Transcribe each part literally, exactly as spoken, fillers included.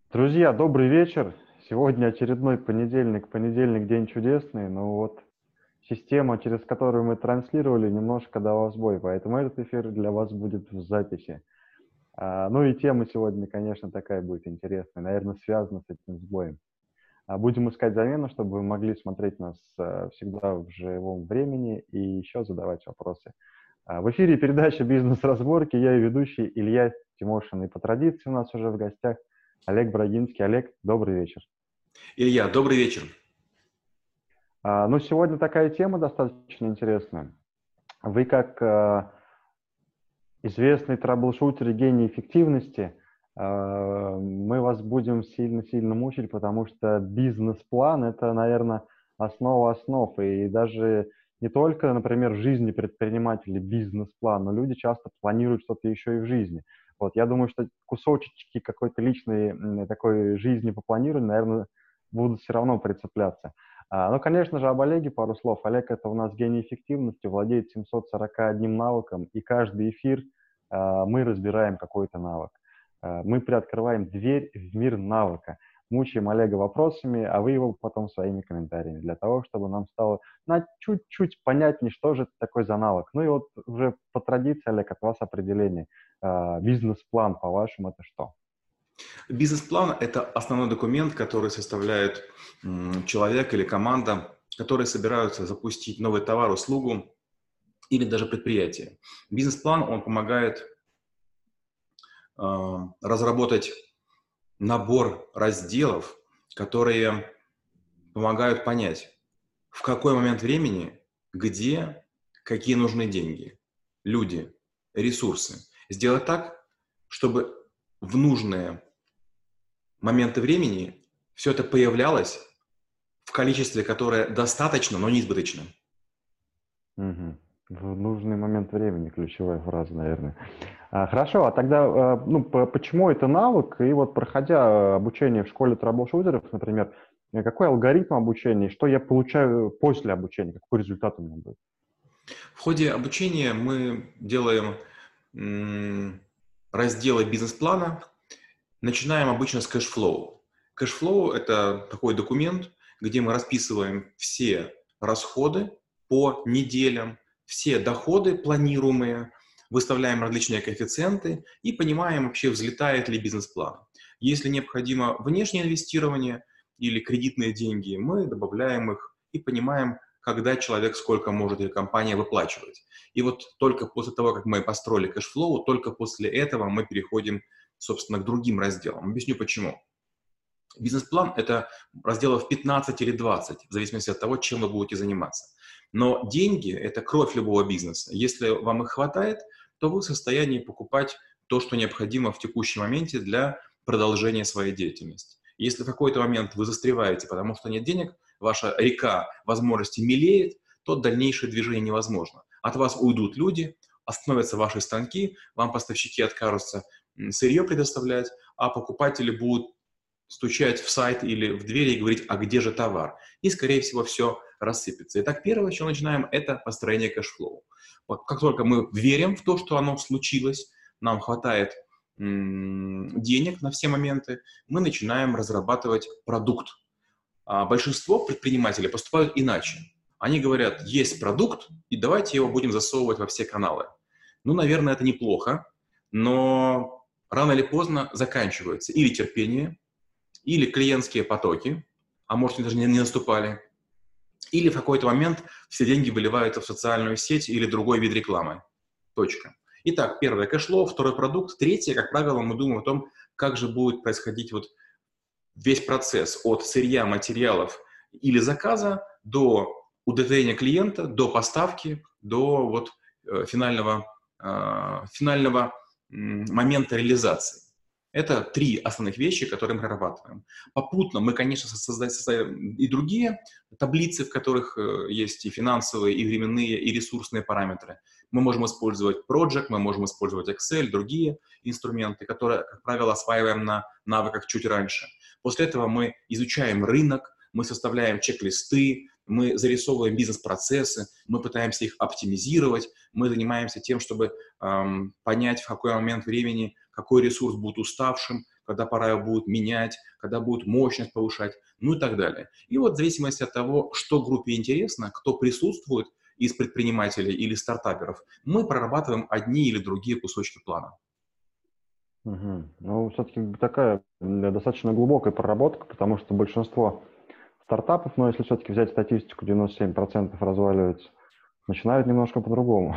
Друзья, добрый вечер. Сегодня очередной понедельник. Понедельник– день чудесный, но вот система, через которую мы транслировали, немножко дала сбой, поэтому этот эфир для вас будет в записи. А, ну и тема сегодня, конечно, такая будет интересная, наверное, связана с этим сбоем. А, будем искать замену, чтобы вы могли смотреть нас а, всегда в живом времени и еще задавать вопросы. А, в эфире передача «Бизнес-разборки». Я и ведущий Илья Тимошин. И по традиции у нас уже в гостях Олег Брагинский. Олег, добрый вечер. Илья, добрый вечер. А, ну, сегодня такая тема достаточно интересная. Вы как а, известный траблшутер и гений эффективности, а, мы вас будем сильно-сильно мучить, потому что бизнес-план– это, наверное, основа основ. И даже не только, например, в жизни предпринимателей бизнес-план, но люди часто планируют что-то еще и в жизни. Вот, я думаю, что кусочки какой-то личной м, такой жизни по планированию, наверное, будут все равно прицепляться. А, ну, конечно же, об Олеге пару слов. Олег– это у нас гений эффективности, владеет семьсот сорок одним навыком, и каждый эфир а, мы разбираем какой-то навык. А, мы приоткрываем дверь в мир навыка. Мучаем Олега вопросами, а вы его потом своими комментариями, для того, чтобы нам стало на чуть-чуть понятнее, что же это такое за навык. Ну и вот уже по традиции, Олег, от вас определение. А, бизнес-план, по-вашему, это что? Бизнес-план – это основной документ, который составляет м, человек или команда, которые собираются запустить новый товар, услугу или даже предприятие. Бизнес-план, он помогает э, разработать набор разделов, которые помогают понять, в какой момент времени, где, какие нужны деньги, люди, ресурсы. Сделать так, чтобы в нужные моменты времени все это появлялось в количестве, которое достаточно, но не избыточно. Мгм. В нужный момент времени, ключевая фраза, наверное. А, хорошо, а тогда, а, ну, по- почему это навык? И вот проходя обучение в школе траблшутеров, например, э, какой алгоритм обучения, и что я получаю после обучения, какой результат у меня будет? В ходе обучения мы делаем м, разделы бизнес-плана. Начинаем обычно с кэшфлоу. Кэшфлоу – это такой документ, где мы расписываем все расходы по неделям, все доходы планируемые, выставляем различные коэффициенты и понимаем вообще, взлетает ли бизнес-план. Если необходимо внешнее инвестирование или кредитные деньги, мы добавляем их и понимаем, когда человек сколько может или компания выплачивать. И вот только после того, как мы построили кэшфлоу, только после этого мы переходим, собственно, к другим разделам. Объясню почему. Бизнес-план – это разделов пятнадцать или двадцать, в зависимости от того, чем вы будете заниматься. Но деньги – это кровь любого бизнеса. Если вам их хватает, то вы в состоянии покупать то, что необходимо в текущем моменте для продолжения своей деятельности. Если в какой-то момент вы застреваете, потому что нет денег, ваша река возможностей мелеет, то дальнейшее движение невозможно. От вас уйдут люди, остановятся ваши станки, вам поставщики откажутся сырье предоставлять, а покупатели будут стучать в сайт или в двери и говорить, а где же товар? И, скорее всего, все рассыпется. Итак, первое, с чего начинаем, это построение кэшфлоу. Вот как только мы верим в то, что оно случилось, нам хватает м- денег на все моменты, мы начинаем разрабатывать продукт. А большинство предпринимателей поступают иначе. Они говорят, есть продукт, и давайте его будем засовывать во все каналы. Ну, наверное, это неплохо, но рано или поздно заканчивается или терпение, или клиентские потоки, а может, они даже не, не наступали, или в какой-то момент все деньги выливаются в социальную сеть или другой вид рекламы. Точка. Итак, первое – кэшфлоу, второй продукт. Третье, как правило, мы думаем о том, как же будет происходить вот весь процесс от сырья, материалов или заказа до удовлетворения клиента, до поставки, до вот, э, финального, э, финального м, момента реализации. Это три основных вещи, которые мы прорабатываем. Попутно мы, конечно, создаем, создаем и другие таблицы, в которых э, есть и финансовые, и временные, и ресурсные параметры. Мы можем использовать Project, мы можем использовать Excel, другие инструменты, которые, как правило, осваиваем на навыках чуть раньше. После этого мы изучаем рынок, мы составляем чек-листы, мы зарисовываем бизнес-процессы, мы пытаемся их оптимизировать, мы занимаемся тем, чтобы эм, понять, в какой момент времени какой ресурс будет уставшим, когда пора его будут менять, когда будут мощность повышать, ну и так далее. И вот в зависимости от того, что группе интересно, кто присутствует из предпринимателей или стартаперов, мы прорабатываем одни или другие кусочки плана. Угу. Ну, все-таки такая достаточно глубокая проработка, потому что большинство стартапов, но если все-таки взять статистику, девяносто семь процентов разваливаются, начинают немножко по-другому.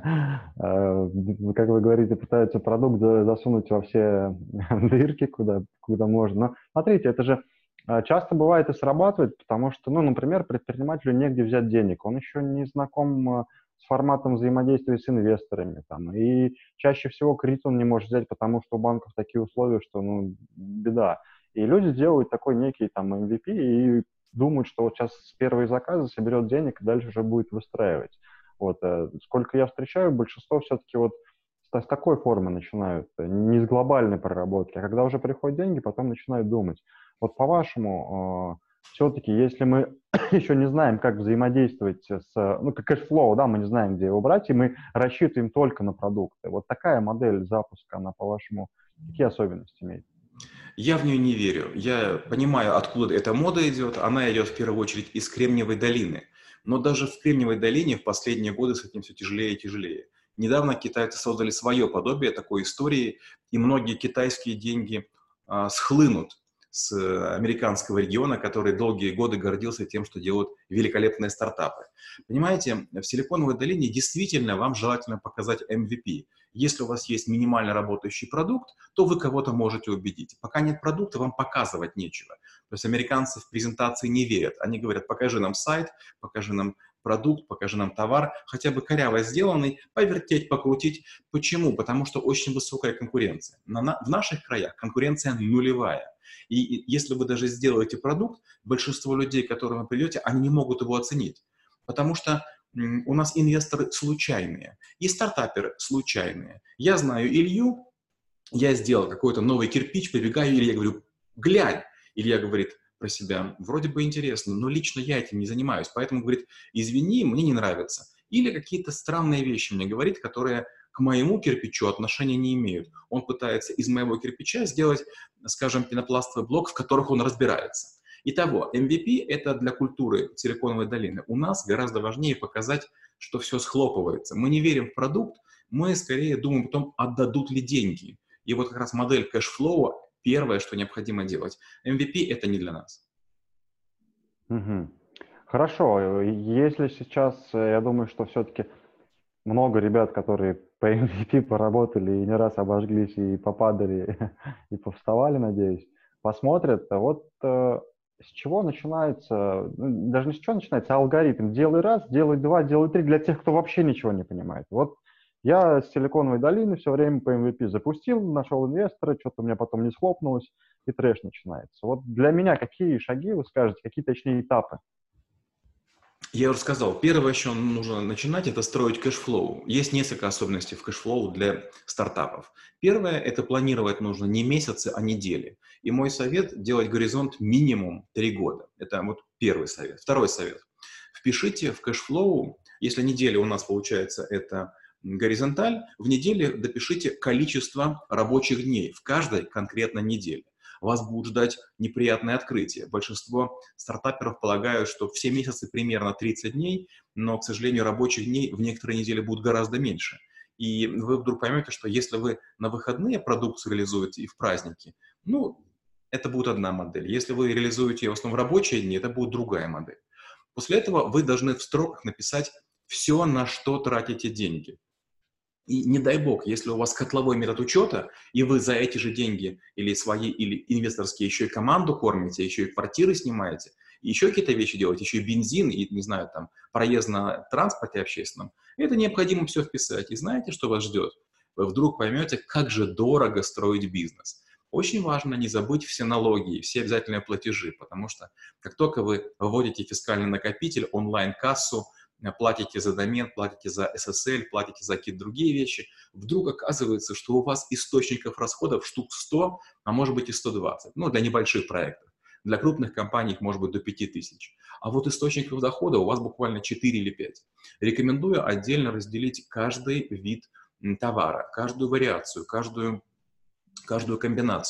Как вы говорите, пытаются продукт засунуть во все дырки, куда, куда можно. Но смотрите, это же часто бывает и срабатывает, потому что, ну, например, предпринимателю негде взять денег, он еще не знаком с форматом взаимодействия с инвесторами, там, и чаще всего кредит он не может взять, потому что у банков такие условия, что, ну, беда. И люди делают такой некий, там, эм ви пи и думают, что вот сейчас с первые заказы соберет денег и дальше уже будет выстраивать. Вот. Сколько я встречаю, большинство все-таки вот с, с такой формы начинают, не с глобальной проработки, а когда уже приходят деньги, потом начинают думать. Вот по-вашему, все-таки, если мы еще не знаем, как взаимодействовать с, ну, как кэшфлоу, да, мы не знаем, где его брать, и мы рассчитываем только на продукты. Вот такая модель запуска, она, по-вашему, какие особенности имеет? Я в нее не верю. Я понимаю, откуда эта мода идет. Она идет в первую очередь из Кремниевой долины. Но даже в Кремниевой долине в последние годы с этим все тяжелее и тяжелее. Недавно китайцы создали свое подобие такой истории, и многие китайские деньги а, схлынут с американского региона, который долгие годы гордился тем, что делают великолепные стартапы. Понимаете, в Силиконовой долине действительно вам желательно показать эм ви пи. Если у вас есть минимально работающий продукт, то вы кого-то можете убедить. Пока нет продукта, вам показывать нечего. То есть американцы в презентации не верят. Они говорят, покажи нам сайт, покажи нам продукт, покажи нам товар, хотя бы коряво сделанный, повертеть, покрутить. Почему? Потому что очень высокая конкуренция. На, на, в наших краях конкуренция нулевая. И, и если вы даже сделаете продукт, большинство людей, к которым вы придете, они не могут его оценить. Потому что м, у нас инвесторы случайные, и стартаперы случайные. Я знаю Илью, я сделал какой-то новый кирпич, прибегаю, Илья говорю, глянь. Илья говорит про себя, вроде бы интересно, но лично я этим не занимаюсь. Поэтому говорит, извини, мне не нравится. Или какие-то странные вещи мне говорит, которые к моему кирпичу отношения не имеют. Он пытается из моего кирпича сделать, скажем, пенопластовый блок, в которых он разбирается. Итого, эм ви пи – это для культуры Силиконовой долины. У нас гораздо важнее показать, что все схлопывается. Мы не верим в продукт, мы скорее думаем о том, отдадут ли деньги. И вот как раз модель кэшфлоу – первое, что необходимо делать. эм ви пи – это не для нас. Угу. Хорошо. Если сейчас, я думаю, что все-таки много ребят, которые по эм ви пи поработали и не раз обожглись и попадали, и повставали, надеюсь, посмотрят. Вот э, с чего начинается, ну, даже не с чего начинается, а алгоритм. Делай раз, делай два, делай три для тех, кто вообще ничего не понимает. Вот я с Силиконовой долины все время по эм ви пи запустил, нашел инвестора, что-то у меня потом не схлопнулось, и трэш начинается. Вот для меня какие шаги, вы скажете, какие, точнее, этапы? Я уже сказал, первое, с чего нужно начинать, это строить кэшфлоу. Есть несколько особенностей в кэшфлоу для стартапов. Первое, это планировать нужно не месяцы, а недели. И мой совет – делать горизонт минимум три года. Это вот первый совет. Второй совет. Впишите в кэшфлоу, если неделя у нас получается это горизонталь, в неделе допишите количество рабочих дней в каждой конкретной неделе. Вас будут ждать неприятные открытия. Большинство стартаперов полагают, что все месяцы примерно тридцать дней, но, к сожалению, рабочих дней в некоторые недели будут гораздо меньше. И вы вдруг поймете, что если вы на выходные продукцию реализуете и в праздники, ну, это будет одна модель. Если вы реализуете ее в основном в рабочие дни, это будет другая модель. После этого вы должны в строках написать все, на что тратите деньги. И не дай бог, если у вас котловой метод учета, и вы за эти же деньги или свои, или инвесторские еще и команду кормите, еще и квартиры снимаете, и еще какие-то вещи делаете, еще и бензин, и, не знаю, там, проезд на транспорте общественном, это необходимо все вписать. И знаете, что вас ждет? Вы вдруг поймете, как же дорого строить бизнес. Очень важно не забыть все налоги, все обязательные платежи, потому что как только вы вводите фискальный накопитель, онлайн-кассу, платите за домен, платите за эс эс эль, платите за какие-то другие вещи, вдруг оказывается, что у вас источников расходов штук сто, а может быть и сто двадцать, ну, для небольших проектов. Для крупных компаний их может быть до пяти тысяч. А вот источников дохода у вас буквально четыре или пять. Рекомендую отдельно разделить каждый вид товара, каждую вариацию, каждую, каждую комбинацию.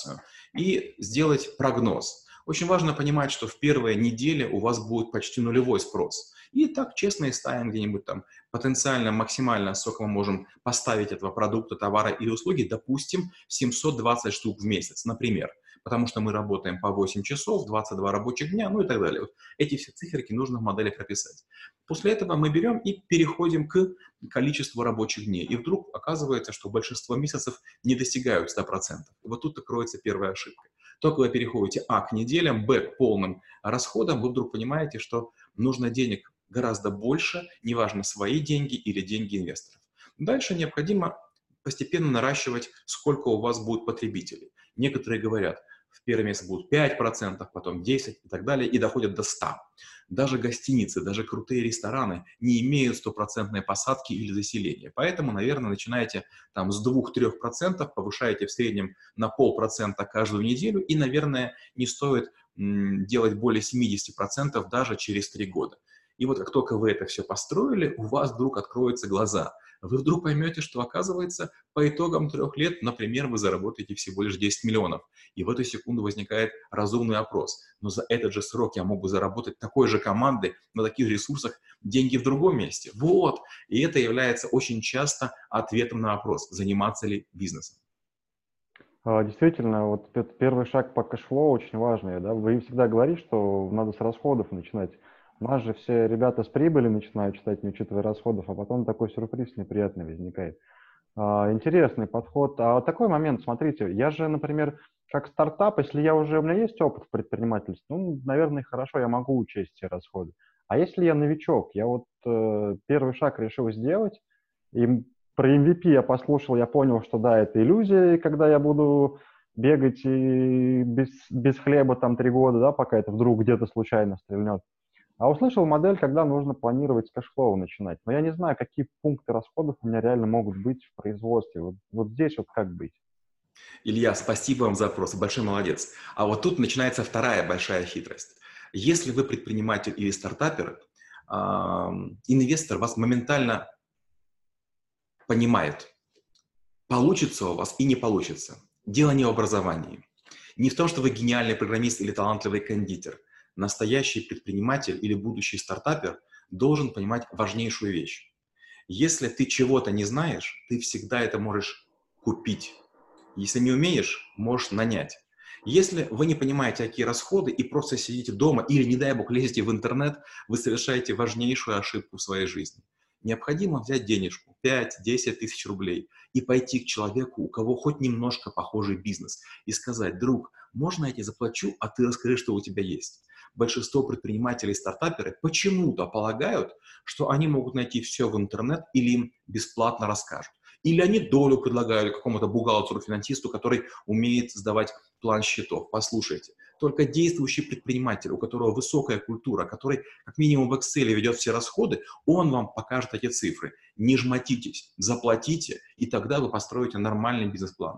и сделать прогноз. Очень важно понимать, что в первые недели у вас будет почти нулевой спрос. И так честно и ставим где-нибудь там потенциально максимально, сколько мы можем поставить этого продукта, товара или услуги, допустим, семьсот двадцать штук в месяц, например. Потому что мы работаем по восемь часов, двадцать два рабочих дня, ну и так далее. Вот эти все циферки нужно в модели прописать. После этого мы берем и переходим к количеству рабочих дней. И вдруг оказывается, что большинство месяцев не достигают ста процентов. И вот тут и кроется первая ошибка. Только вы переходите а к неделям, б к полным расходам, вы вдруг понимаете, что нужно денег гораздо больше, неважно, свои деньги или деньги инвесторов. Дальше необходимо постепенно наращивать, сколько у вас будет потребителей. Некоторые говорят, в первый месяц будут пять процентов, потом десять процентов и так далее, и доходят до ста процентов. Даже гостиницы, даже крутые рестораны не имеют стопроцентной посадки или заселения. Поэтому, наверное, начинаете там с двух-трёх процентов, повышаете в среднем на полпроцента каждую неделю, и, наверное, не стоит м, делать более семидесяти процентов даже через три года. И вот как только вы это все построили, у вас вдруг откроются глаза. Вы вдруг поймете, что, оказывается, по итогам трех лет, например, вы заработаете всего лишь десять миллионов. И в эту секунду возникает разумный вопрос. Но за этот же срок я мог бы заработать такой же командой на таких ресурсах деньги в другом месте. Вот. И это является очень часто ответом на вопрос, заниматься ли бизнесом. А, Действительно, вот этот первый шаг по кэшфлоу очень важный, да. Вы всегда говорите, что надо с расходов начинать. У нас же все ребята с прибыли начинают читать, не учитывая расходов, а потом такой сюрприз неприятный возникает. А, Интересный подход. А вот такой момент, смотрите, я же, например, как стартап, если я уже, у меня есть опыт в предпринимательстве, ну, наверное, хорошо, я могу учесть все расходы. А если я новичок, я вот э, первый шаг решил сделать, и м- про эм ви пи я послушал, я понял, что да, это иллюзия, и когда я буду бегать и без, без хлеба там три года, да, пока это вдруг где-то случайно стрельнет. А услышал модель, когда нужно планировать с кэшфлоу начинать. Но я не знаю, какие пункты расходов у меня реально могут быть в производстве. Вот, вот здесь вот как быть? Илья, спасибо вам за вопрос, большой молодец. А вот тут начинается вторая большая хитрость. Если вы предприниматель или стартапер, ам, инвестор вас моментально понимает, получится у вас и не получится. Дело не в образовании. Не в том, что вы гениальный программист или талантливый кондитер. Настоящий предприниматель или будущий стартапер должен понимать важнейшую вещь. Если ты чего-то не знаешь, ты всегда это можешь купить. Если не умеешь, можешь нанять. Если вы не понимаете, какие расходы, и просто сидите дома или, не дай бог, лезете в интернет, вы совершаете важнейшую ошибку в своей жизни. Необходимо взять денежку, пять-десять тысяч рублей, и пойти к человеку, у кого хоть немножко похожий бизнес, и сказать: друг, можно я тебе заплачу, а ты расскажи, что у тебя есть. Большинство предпринимателей и стартаперы почему-то полагают, что они могут найти все в интернет или им бесплатно расскажут. Или они долю предлагают какому-то бухгалтеру-финансисту, который умеет сдавать план счетов. Послушайте, только действующий предприниматель, у которого высокая культура, который как минимум в Excel ведет все расходы, он вам покажет эти цифры. Не жмотитесь, заплатите, и тогда вы построите нормальный бизнес-план.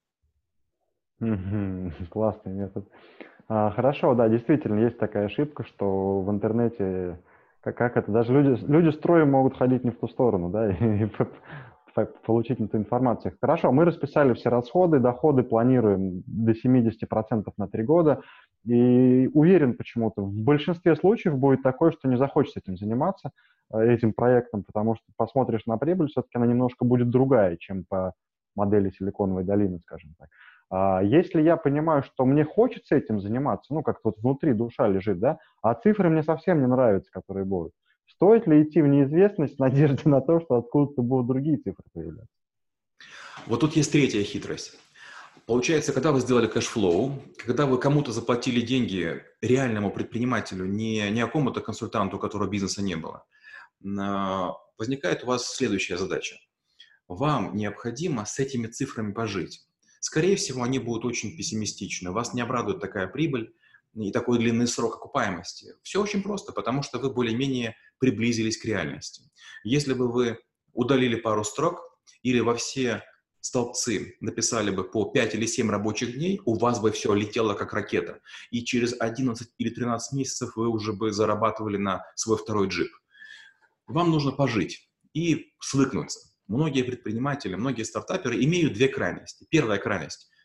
Мгм. Классный метод. А, хорошо, да, действительно, есть такая ошибка, что в интернете, как, как это, даже люди, люди строем могут ходить не в ту сторону, да, и п- п- получить эту информацию. Хорошо, мы расписали все расходы, доходы планируем до семидесяти процентов на три года, и уверен почему-то, в большинстве случаев будет такое, что не захочется этим заниматься, э, этим проектом, потому что посмотришь на прибыль, все-таки она немножко будет другая, чем по модели Силиконовой долины, скажем так. А если я понимаю, что мне хочется этим заниматься, ну, как-то вот внутри душа лежит, да, а цифры мне совсем не нравятся, которые будут, стоит ли идти в неизвестность в надежде на то, что откуда-то будут другие цифры появляться? Вот тут есть третья хитрость. Получается, когда вы сделали кэшфлоу, когда вы кому-то заплатили деньги, реальному предпринимателю, не, не какому-то консультанту, у которого бизнеса не было, на- возникает у вас следующая задача. Вам необходимо с этими цифрами пожить. Скорее всего, они будут очень пессимистичны. Вас не обрадует такая прибыль и такой длинный срок окупаемости. Все очень просто, потому что вы более-менее приблизились к реальности. Если бы вы удалили пару строк или во все столбцы написали бы по пять или семь рабочих дней, у вас бы все летело как ракета. И через одиннадцать или тринадцать месяцев вы уже бы зарабатывали на свой второй джип. Вам нужно пожить и свыкнуться. Многие предприниматели, многие стартаперы имеют две крайности. Первая крайность.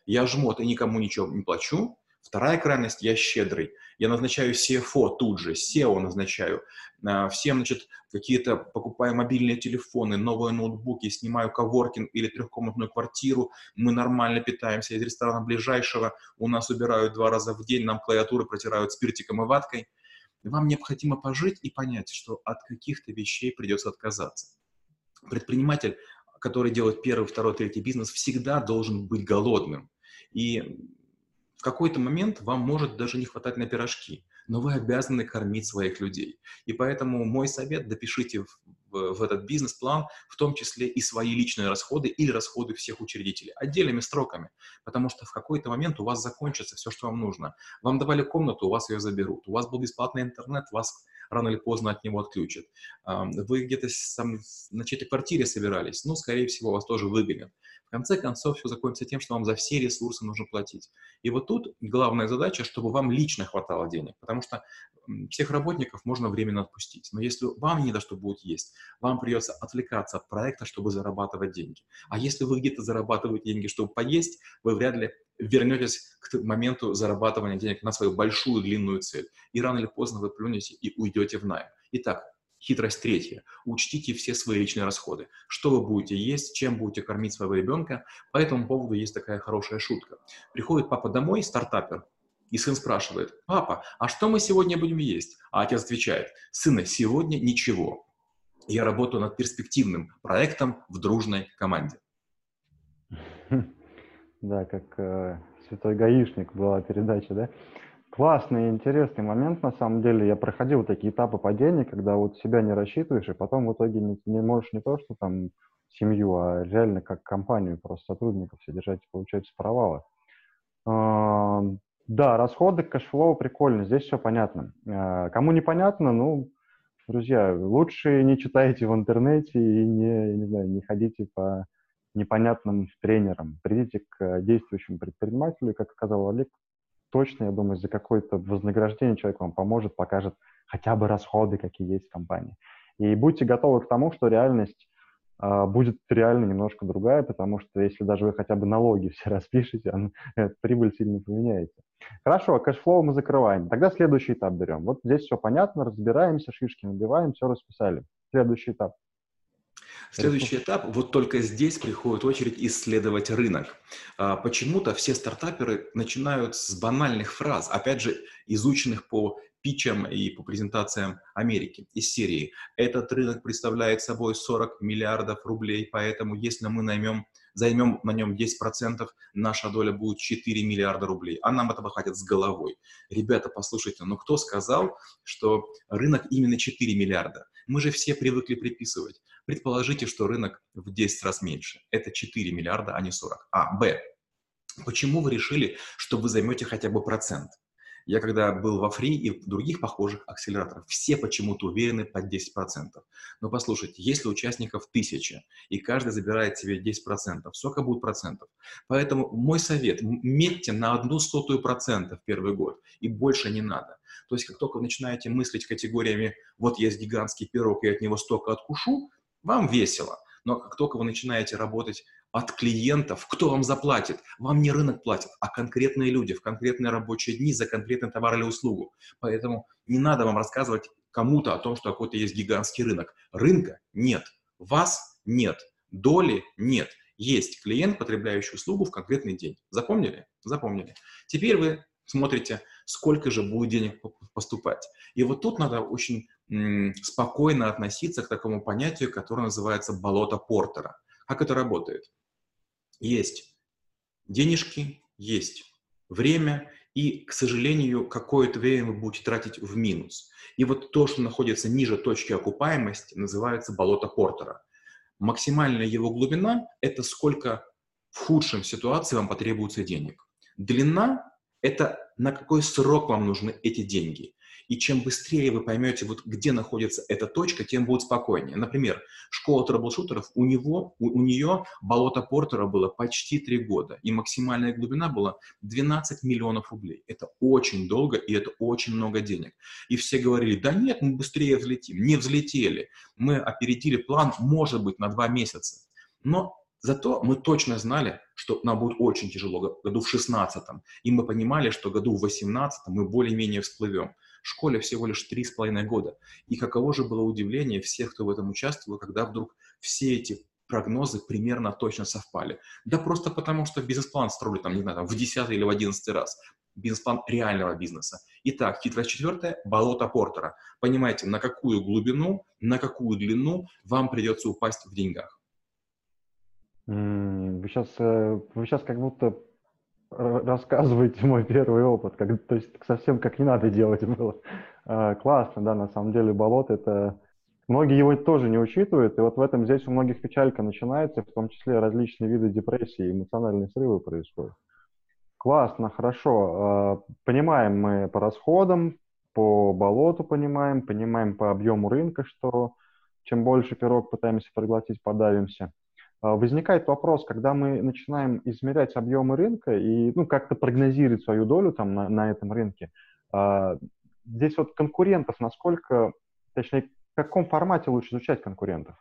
Я жмот и никому ничего не плачу. Вторая крайность, я щедрый. Я назначаю си эф о тут же, сео назначаю. Всем, значит, какие-то покупаю мобильные телефоны, новые ноутбуки, снимаю коворкинг или трехкомнатную квартиру. Мы нормально питаемся из ресторана ближайшего. У нас убирают два раза в день, нам клавиатуры протирают спиртиком и ваткой. Вам необходимо пожить и понять, что от каких-то вещей придется отказаться. Предприниматель, который делает первый, второй, третий бизнес, всегда должен быть голодным. И в какой-то момент вам может даже не хватать на пирожки, но вы обязаны кормить своих людей. И поэтому мой совет: допишите в, в, в этот бизнес-план в том числе и свои личные расходы или расходы всех учредителей отдельными строками, потому что в какой-то момент у вас закончится все, что вам нужно. Вам давали комнату, у вас ее заберут. У вас был бесплатный интернет, вас рано или поздно от него отключат. Вы где-то на чьей-то квартире собирались, ну, скорее всего, вас тоже выгонят. В конце концов, все закончится тем, что вам за все ресурсы нужно платить. И вот тут главная задача, чтобы вам лично хватало денег, потому что всех работников можно временно отпустить. Но если вам не на что будет есть, вам придется отвлекаться от проекта, чтобы зарабатывать деньги. А если вы где-то зарабатываете деньги, чтобы поесть, вы вряд ли вернетесь к моменту зарабатывания денег на свою большую длинную цель. И рано или поздно вы плюнете и уйдете в найм. Итак, хитрость третья. Учтите все свои личные расходы. Что вы будете есть, чем будете кормить своего ребенка. По этому поводу есть такая хорошая шутка. Приходит папа домой, стартапер, и сын спрашивает: папа, а что мы сегодня будем есть? А отец отвечает: сына, сегодня ничего. Я работаю над перспективным проектом в дружной команде. Да, как э, «Святой гаишник» была передача, да? Классный и интересный момент, на самом деле. Я проходил такие этапы падения, когда вот себя не рассчитываешь, и потом в итоге не, не можешь не то, что там семью, а реально как компанию, просто сотрудников содержать, получается, провалы. А, да, расходы, кэшфлоу прикольно, здесь все понятно. А, кому непонятно, ну, друзья, лучше не читайте в интернете и не, не знаю, не ходите по непонятным тренерам. Придите к действующему предпринимателю, как сказал Олег, точно, я думаю, за какое-то вознаграждение человек вам поможет, покажет хотя бы расходы, какие есть в компании. И будьте готовы к тому, что реальность э, будет реально немножко другая, потому что если даже вы хотя бы налоги все распишете, он, э, прибыль сильно поменяется. Хорошо, кэшфлоу мы закрываем. Тогда следующий этап берем. Вот здесь все понятно, разбираемся, шишки набиваем, все расписали. Следующий этап. Следующий этап, вот только здесь приходит очередь исследовать рынок. А, почему-то все стартаперы начинают с банальных фраз, опять же, изученных по питчам и по презентациям Америки из серии. Этот рынок представляет собой сорок миллиардов рублей, поэтому если мы наймем, займем на нем десять процентов, наша доля будет четыре миллиарда рублей, а нам этого хватит с головой. Ребята, послушайте, ну кто сказал, что рынок именно четыре миллиарда? Мы же все привыкли приписывать. Предположите, что рынок в десять раз меньше. Это четыре миллиарда, а не сорок. А, Б. Почему вы решили, что вы займете хотя бы процент? Я когда был во Фри и в других похожих акселераторах, все почему-то уверены под десять процентов. Но послушайте, если участников тысяча, и каждый забирает себе десять процентов, сколько будет процентов? Поэтому мой совет, метьте на одну сотую процента в первый год, и больше не надо. То есть, как только вы начинаете мыслить категориями «вот есть гигантский пирог, и от него столько откушу», вам весело. Но как только вы начинаете работать от клиентов, кто вам заплатит? Вам не рынок платит, а конкретные люди в конкретные рабочие дни за конкретный товар или услугу. Поэтому не надо вам рассказывать кому-то о том, что какой-то есть гигантский рынок. Рынка нет, вас нет, доли нет. Есть клиент, потребляющий услугу в конкретный день. Запомнили? Запомнили. Теперь вы смотрите, сколько же будет денег поступать. И вот тут надо очень м, спокойно относиться к такому понятию, которое называется болото Портера. Как это работает? Есть денежки, есть время, и, к сожалению, какое-то время вы будете тратить в минус. И вот то, что находится ниже точки окупаемости, называется болото Портера. Максимальная его глубина – это сколько в худшем ситуации вам потребуется денег. Длина – это на какой срок вам нужны эти деньги. И чем быстрее вы поймете, вот где находится эта точка, тем будет спокойнее. Например, школа трэблшутеров, у, него, у, у нее болото Портера было почти три года, и максимальная глубина была двенадцать миллионов рублей. Это очень долго, и это очень много денег. И все говорили: да нет, мы быстрее взлетим. Не взлетели. Мы опередили план, может быть, на два месяца. Но Зато мы точно знали, что нам будет очень тяжело году в шестнадцатом, и мы понимали, что году в восемнадцатом мы более-менее всплывем. В школе всего лишь три с половиной года. И каково же было удивление всех, кто в этом участвовал, когда вдруг все эти прогнозы примерно точно совпали. Да просто потому, что бизнес-план строили там, не знаю, там, в десятый или в одиннадцатый раз. Бизнес-план реального бизнеса. Итак, хитрость четвертая – болото Портера. Понимаете, на какую глубину, на какую длину вам придется упасть в деньгах. Вы сейчас, вы сейчас как будто рассказываете мой первый опыт, как, то есть совсем как не надо делать было. А, классно, да, на самом деле болото это... Многие его тоже не учитывают, и вот в этом здесь у многих печалька начинается, в том числе различные виды депрессии, эмоциональные срывы происходят. Классно, хорошо. Понимаем мы по расходам, по болоту понимаем, понимаем по объему рынка, что чем больше пирог пытаемся проглотить, подавимся. Возникает вопрос, когда мы начинаем измерять объемы рынка и ну, как-то прогнозировать свою долю там, на, на этом рынке, здесь вот конкурентов, насколько, точнее, в каком формате лучше изучать конкурентов?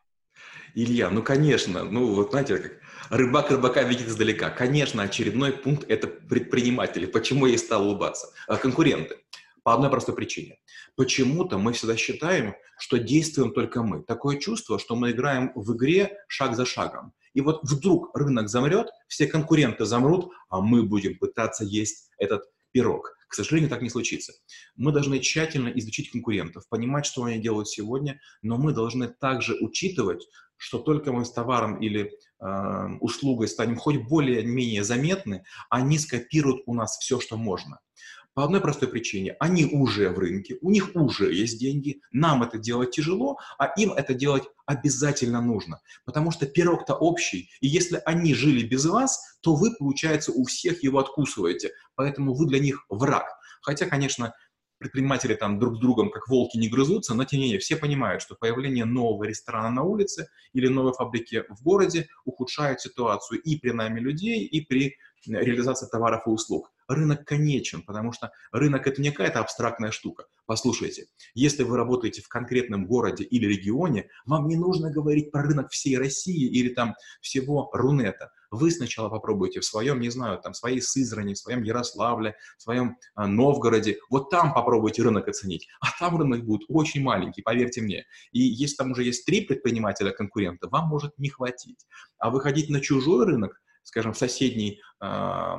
Илья, ну, конечно, ну, вот знаете, как рыбак рыбака видит издалека. Конечно, очередной пункт – это предприниматели. Почему я и стал улыбаться? А конкуренты. По одной простой причине. Почему-то мы всегда считаем, что действуем только мы. Такое чувство, что мы играем в игре шаг за шагом. И вот вдруг рынок замрет, все конкуренты замрут, а мы будем пытаться есть этот пирог. К сожалению, так не случится. Мы должны тщательно изучить конкурентов, понимать, что они делают сегодня, но мы должны также учитывать, что только мы с товаром или э, услугой станем хоть более-менее заметны, они скопируют у нас все, что можно. По одной простой причине. Они уже в рынке, у них уже есть деньги, нам это делать тяжело, а им это делать обязательно нужно. Потому что пирог-то общий, и если они жили без вас, то вы, получается, у всех его откусываете. Поэтому вы для них враг. Хотя, конечно, предприниматели там друг с другом как волки не грызутся, но тем не менее все понимают, что появление нового ресторана на улице или новой фабрики в городе ухудшает ситуацию и при найме людей, и при реализации товаров и услуг. Рынок конечен, потому что рынок – это не какая-то абстрактная штука. Послушайте, если вы работаете в конкретном городе или регионе, вам не нужно говорить про рынок всей России или там всего Рунета. Вы сначала попробуйте в своем, не знаю, там, своей Сызрани, в своем Ярославле, в своем а, Новгороде. Вот там попробуйте рынок оценить. А там рынок будет очень маленький, поверьте мне. И если там уже есть три предпринимателя-конкурента, вам может не хватить. А выходить на чужой рынок, скажем, в соседний, э,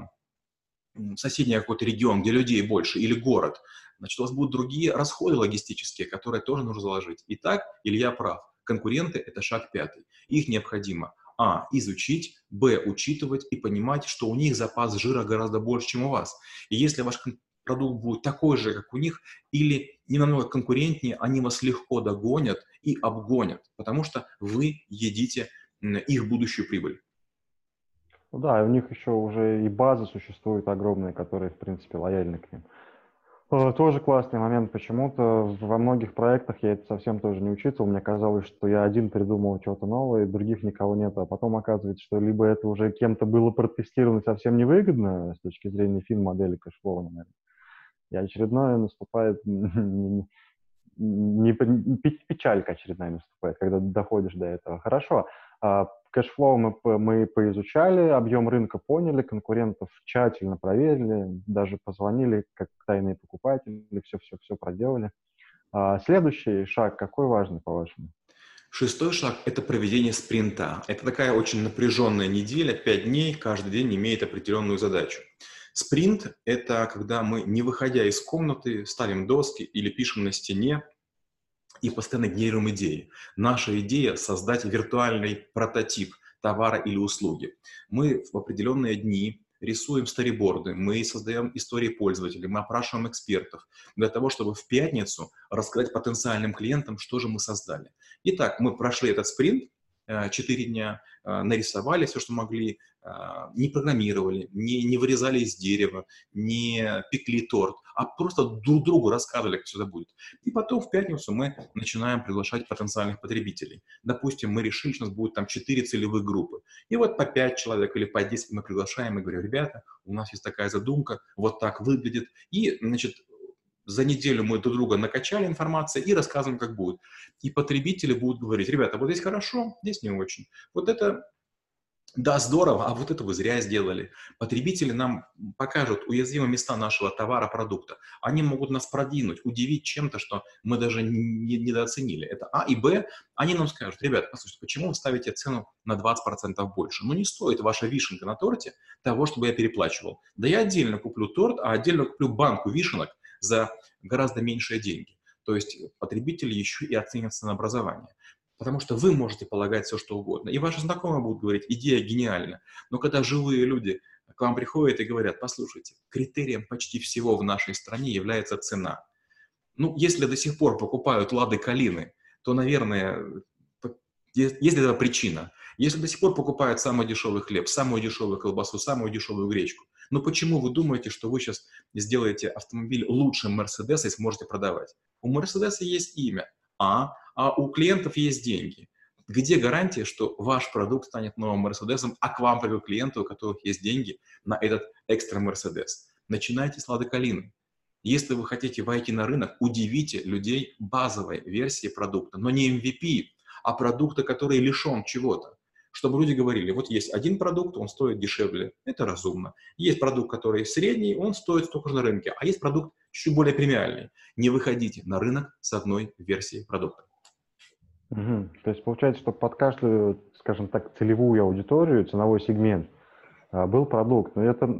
соседний какой-то регион, где людей больше, или город, значит, у вас будут другие расходы логистические, которые тоже нужно заложить. Итак, Илья прав. Конкуренты – это шаг пятый. Их необходимо а. изучить, б. учитывать и понимать, что у них запас жира гораздо больше, чем у вас. И если ваш продукт будет такой же, как у них, или не намного конкурентнее, они вас легко догонят и обгонят, потому что вы едите их будущую прибыль. Ну да, и у них еще уже и база существует огромная, которая, в принципе, лояльна к ним. Тоже классный момент. Почему-то во многих проектах я это совсем тоже не учитывал. Мне казалось, что я один придумал что-то новое, других никого нет. А потом оказывается, что либо это уже кем-то было протестировано совсем невыгодно с точки зрения фин-модели кэшфлоу, наверное. И очередное наступает, не, не, печалька очередная наступает, когда доходишь до этого. Хорошо. Кэшфлоу мы, мы поизучали, объем рынка поняли, конкурентов тщательно проверили, даже позвонили как тайные покупатели, все-все-все проделали. А следующий шаг какой важный, по-вашему? Шестой шаг – это проведение спринта. Это такая очень напряженная неделя, пять дней, каждый день имеет определенную задачу. Спринт – это когда мы, не выходя из комнаты, ставим доски или пишем на стене и постоянно генерируем идеи. Наша идея – создать виртуальный прототип товара или услуги. Мы в определенные дни рисуем сториборды, мы создаем истории пользователей, мы опрашиваем экспертов для того, чтобы в пятницу рассказать потенциальным клиентам, что же мы создали. Итак, мы прошли этот спринт, четыре дня, нарисовали все, что могли, не программировали, не, не вырезали из дерева, не пекли торт, а просто друг другу рассказывали, как все это будет. И потом в пятницу мы начинаем приглашать потенциальных потребителей. Допустим, мы решили, что у нас будет там четыре целевых группы. И вот по пять человек или по десять мы приглашаем и говорим: ребята, у нас есть такая задумка, вот так выглядит. И, значит, за неделю мы друг друга накачали информацией и рассказываем, как будет. И потребители будут говорить: ребята, вот здесь хорошо, здесь не очень. Вот это Да, здорово, а вот это вы зря сделали. Потребители нам покажут уязвимые места нашего товара, продукта. Они могут нас продвинуть, удивить чем-то, что мы даже не, недооценили. Это А. И Б, они нам скажут: ребята, послушайте, почему вы ставите цену на двадцать процентов больше? Ну, не стоит ваша вишенка на торте того, чтобы я переплачивал. Да я отдельно куплю торт, а отдельно куплю банку вишенок за гораздо меньшие деньги. То есть потребители еще и оценят ценообразование. Потому что вы можете полагать все, что угодно. И ваши знакомые будут говорить: идея гениальна. Но когда живые люди к вам приходят и говорят: послушайте, критерием почти всего в нашей стране является цена. Ну, если до сих пор покупают Лады Калины, то, наверное, есть для этого причина. Если до сих пор покупают самый дешевый хлеб, самую дешевую колбасу, самую дешевую гречку, ну почему вы думаете, что вы сейчас сделаете автомобиль лучше Мерседеса и сможете продавать? У Мерседеса есть имя, а, а у клиентов есть деньги. Где гарантия, что ваш продукт станет новым Мерседесом, а к вам придут клиенты, у которых есть деньги на этот экстра Мерседес? Начинайте с Лады Калины. Если вы хотите войти на рынок, удивите людей базовой версией продукта, но не эм ви пи, а продукта, который лишен чего-то. Чтобы люди говорили: вот есть один продукт, он стоит дешевле, это разумно. Есть продукт, который средний, он стоит столько же на рынке, а есть продукт чуть более премиальный. Не выходите на рынок с одной версией продукта. Угу. То есть получается, что под каждую, скажем так, целевую аудиторию, ценовой сегмент был продукт. Но это,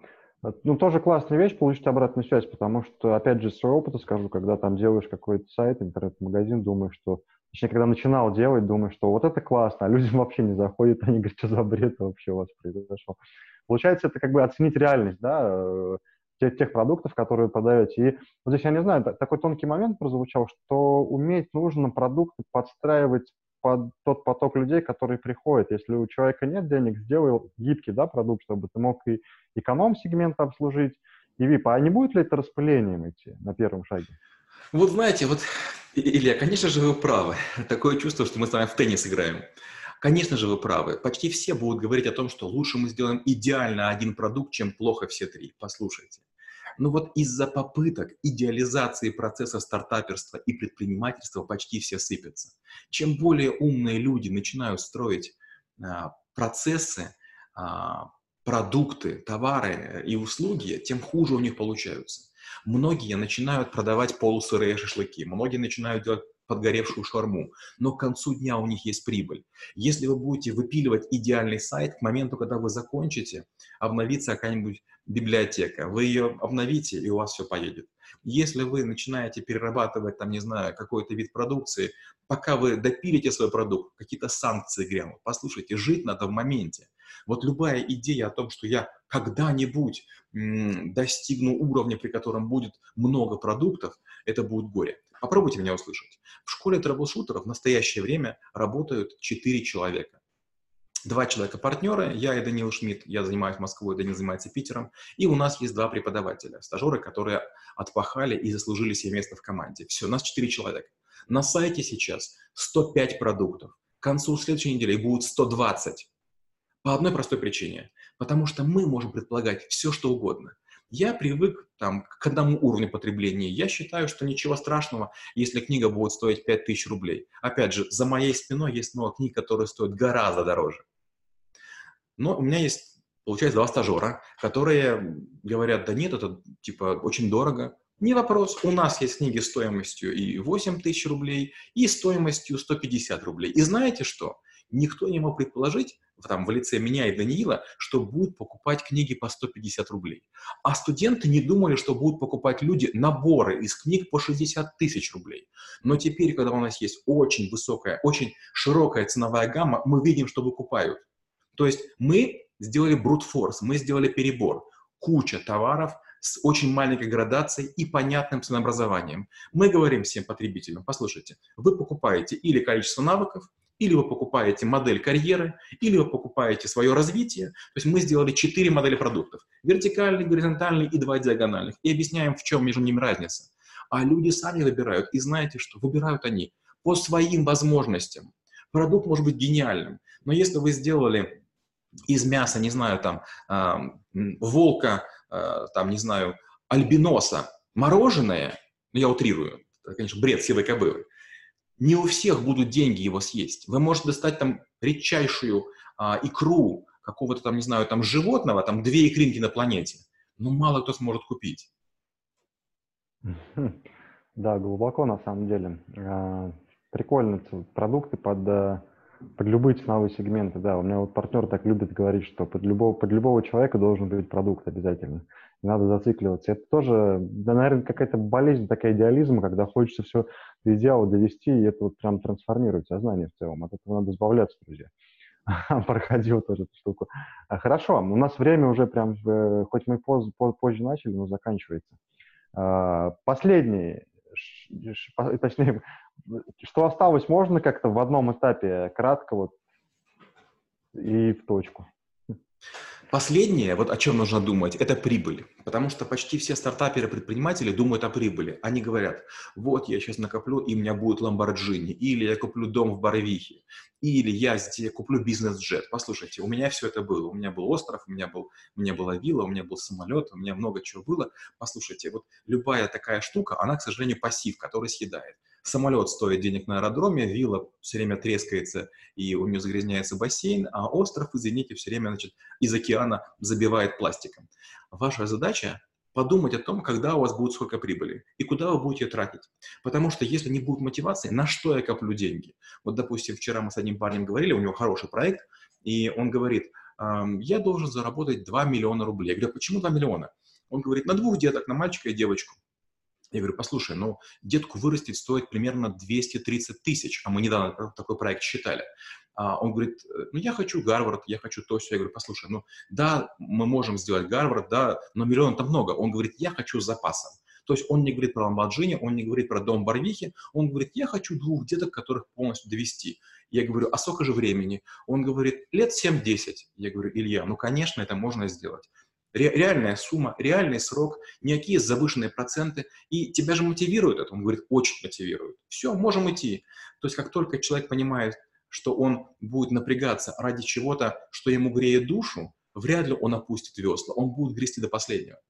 ну, тоже классная вещь получить обратную связь, потому что, опять же, с своего опыта скажу, когда там делаешь какой-то сайт, интернет-магазин, думаешь, что, точнее, когда начинал делать, думаешь, что вот это классно, а людям вообще не заходит, они говорят: что за бред вообще у вас произошел. Получается, это как бы оценить реальность, да, тех, тех продуктов, которые вы продаете. И вот здесь, я не знаю, такой тонкий момент прозвучал, что уметь нужно продукты подстраивать под тот поток людей, которые приходят. Если у человека нет денег, сделай гибкий, да, продукт, чтобы ты мог и эконом-сегмент обслужить, и ви ай пи. А не будет ли это распылением идти на первом шаге? Вот знаете, вот, Илья, конечно же, вы правы. Такое чувство, что мы с вами в теннис играем. Конечно же, вы правы. Почти все будут говорить о том, что лучше мы сделаем идеально один продукт, чем плохо все три. Послушайте. Но вот из-за попыток идеализации процесса стартаперства и предпринимательства почти все сыпятся. Чем более умные люди начинают строить а, процессы, а, продукты, товары и услуги, тем хуже у них получаются. Многие начинают продавать полусырые шашлыки, многие начинают делать подгоревшую шаурму, но к концу дня у них есть прибыль. Если вы будете выпиливать идеальный сайт, к моменту, когда вы закончите, обновится какая-нибудь библиотека. Вы ее обновите, и у вас все поедет. Если вы начинаете перерабатывать, там, не знаю, какой-то вид продукции, пока вы допилите свой продукт, какие-то санкции грянут. Послушайте, жить надо в моменте. Вот любая идея о том, что я когда-нибудь м- достигну уровня, при котором будет много продуктов, это будет горе. Попробуйте меня услышать. В школе трэблшутеров в настоящее время работают четыре человека. Два человека-партнера, я и Даниил Шмидт, я занимаюсь Москвой, Даниил занимается Питером, и у нас есть два преподавателя, стажеры, которые отпахали и заслужили себе место в команде. Все, у нас четыре человека. На сайте сейчас сто пять продуктов. К концу следующей недели их будет сто двадцать. По одной простой причине. Потому что мы можем предполагать все, что угодно. Я привык там, к одному уровню потребления. Я считаю, что ничего страшного, если книга будет стоить пять тысяч рублей. Опять же, за моей спиной есть много книг, которые стоят гораздо дороже. Но у меня есть, получается, два стажера, которые говорят: да нет, это типа очень дорого. Не вопрос, у нас есть книги стоимостью и восемь тысяч рублей, и стоимостью сто пятьдесят рублей. И знаете что? Никто не мог предположить, там, в лице меня и Даниила, что будут покупать книги по сто пятьдесят рублей. А студенты не думали, что будут покупать люди наборы из книг по шестьдесят тысяч рублей. Но теперь, когда у нас есть очень высокая, очень широкая ценовая гамма, мы видим, что выкупают. То есть мы сделали брут-форс, мы сделали перебор. Куча товаров с очень маленькой градацией и понятным ценообразованием. Мы говорим всем потребителям: послушайте, вы покупаете или количество навыков, или вы покупаете модель карьеры, или вы покупаете свое развитие. То есть мы сделали четыре модели продуктов. Вертикальный, горизонтальный и два диагональных. И объясняем, в чем между ними разница. А люди сами выбирают. И знаете что? Выбирают они по своим возможностям. Продукт может быть гениальным. Но если вы сделали из мяса, не знаю, там, э, волка, э, там, не знаю, альбиноса мороженое, ну, я утрирую, это, конечно, бред сивой кобылы, Не у всех будут деньги его съесть. Вы можете достать там редчайшую а, икру какого-то там, не знаю, там животного, там две икринки на планете, но мало кто сможет купить. Да, глубоко на самом деле. А, Прикольно, ц- продукты под, э, под любые ценовые сегменты. Да, у меня вот партнер так любит говорить, что под любого, под любого человека должен быть продукт обязательно. Не надо зацикливаться. Это тоже, да, наверное, какая-то болезнь такая идеализма, когда хочется все до идеала довести, и это вот прям трансформирует сознание в целом. От этого надо избавляться, друзья. Проходил тоже эту штуку. А, Хорошо, у нас время уже прям, э, хоть мы поз- по- позже начали, но заканчивается. А, Последний, ш- ш- по- точнее, что осталось, можно как-то в одном этапе кратко вот и в точку. Последнее, вот о чем нужно думать, это прибыль. Потому что почти все стартаперы-предприниматели думают о прибыли. Они говорят, вот я сейчас накоплю, и у меня будет Ламборджини, или я куплю дом в Барвихе, или я здесь куплю бизнес-джет. Послушайте, у меня все это было. У меня был остров, у меня, был, у меня была вилла, у меня был самолет, у меня много чего было. Послушайте, вот любая такая штука, она, к сожалению, пассив, который съедает. Самолет стоит денег на аэродроме, вилла все время трескается, и у нее загрязняется бассейн, а остров, извините, все время, значит, из океана забивает пластиком. Ваша задача подумать о том, когда у вас будет сколько прибыли и куда вы будете тратить. Потому что если не будет мотивации, на что я коплю деньги? Вот, допустим, вчера мы с одним парнем говорили, у него хороший проект, и он говорит, «Ам, я должен заработать два миллиона рублей. Я говорю, «А почему два миллиона? Он говорит, на двух деток, на мальчика и девочку. Я говорю, послушай, ну, детку вырастить стоит примерно двести тридцать тысяч, а мы недавно такой проект считали. А он говорит, ну, я хочу Гарвард, я хочу то, все. Я говорю, послушай, ну, да, мы можем сделать Гарвард, да, но миллион-то много. Он говорит, я хочу с запасом. То есть он не говорит про Ламборджини, он не говорит про дом в Барвихе, он говорит, я хочу двух деток, которых полностью довести. Я говорю, а сколько же времени? Он говорит, лет семь-десять. Я говорю, Илья, ну, конечно, это можно сделать. Ре- реальная сумма, реальный срок, никакие завышенные проценты. И тебя же мотивирует это. Он говорит, очень мотивирует. Все, можем идти. То есть как только человек понимает, что он будет напрягаться ради чего-то, что ему греет душу, вряд ли он опустит весла. Он будет грести до последнего.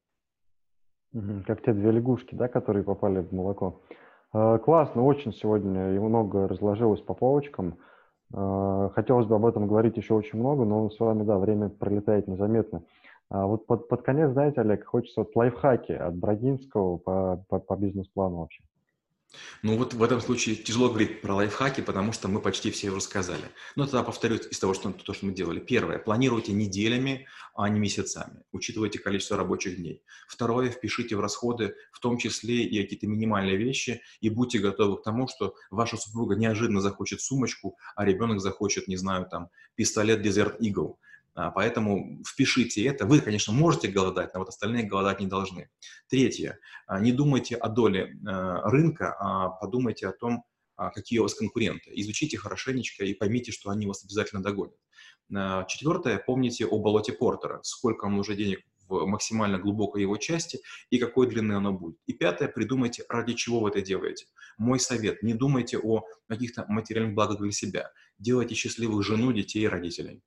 Мгм. Как те две лягушки, да, которые попали в молоко. А, Классно, очень сегодня и много разложилось по полочкам. А, Хотелось бы об этом говорить еще очень много, но с вами, да, время пролетает незаметно. А вот под, под конец, знаете, Олег, хочется вот лайфхаки от Брагинского по, по, по бизнес-плану вообще. Ну вот в этом случае тяжело говорить про лайфхаки, потому что мы почти все уже сказали. Но тогда повторюсь из того, что, то, что мы делали. Первое. Планируйте неделями, а не месяцами. Учитывайте количество рабочих дней. Второе. Впишите в расходы, в том числе и какие-то минимальные вещи, и будьте готовы к тому, что ваша супруга неожиданно захочет сумочку, а ребенок захочет, не знаю, там, пистолет Desert Eagle. А, Поэтому впишите это. Вы, конечно, можете голодать, но вот остальные голодать не должны. Третье. А, Не думайте о доле э, рынка, а подумайте о том, а, какие у вас конкуренты. Изучите хорошенечко и поймите, что они вас обязательно догонят. Э, Четвертое. Помните о болоте Портера. Сколько вам нужно денег в максимально глубокой его части и какой длины оно будет. И пятое. Придумайте, ради чего вы это делаете. Мой совет. Не думайте о каких-то материальных благах для себя. Делайте счастливых жену, детей и родителей.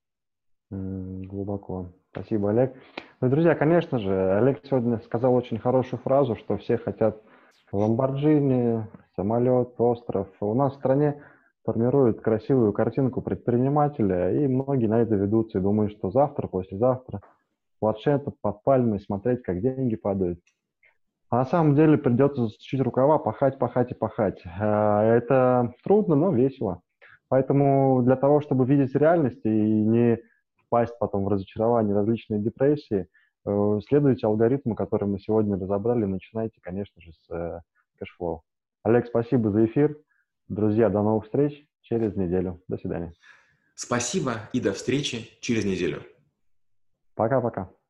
М, Глубоко. Спасибо, Олег. Ну, и, друзья, конечно же, Олег сегодня сказал очень хорошую фразу, что все хотят Ламборджини, самолет, остров. У нас в стране формируют красивую картинку предпринимателя, и многие на это ведутся и думают, что завтра, послезавтра планшет под пальмой смотреть, как деньги падают. А на самом деле придется засучить рукава, пахать, пахать и пахать. А, Это трудно, но весело. Поэтому для того, чтобы видеть реальность и не впасть потом в разочарование, различные депрессии, э, следуйте алгоритму, который мы сегодня разобрали. Начинайте, конечно же, с э, кэшфлоу. Олег, спасибо за эфир. Друзья, до новых встреч через неделю. До свидания. Спасибо и до встречи через неделю. Пока-пока.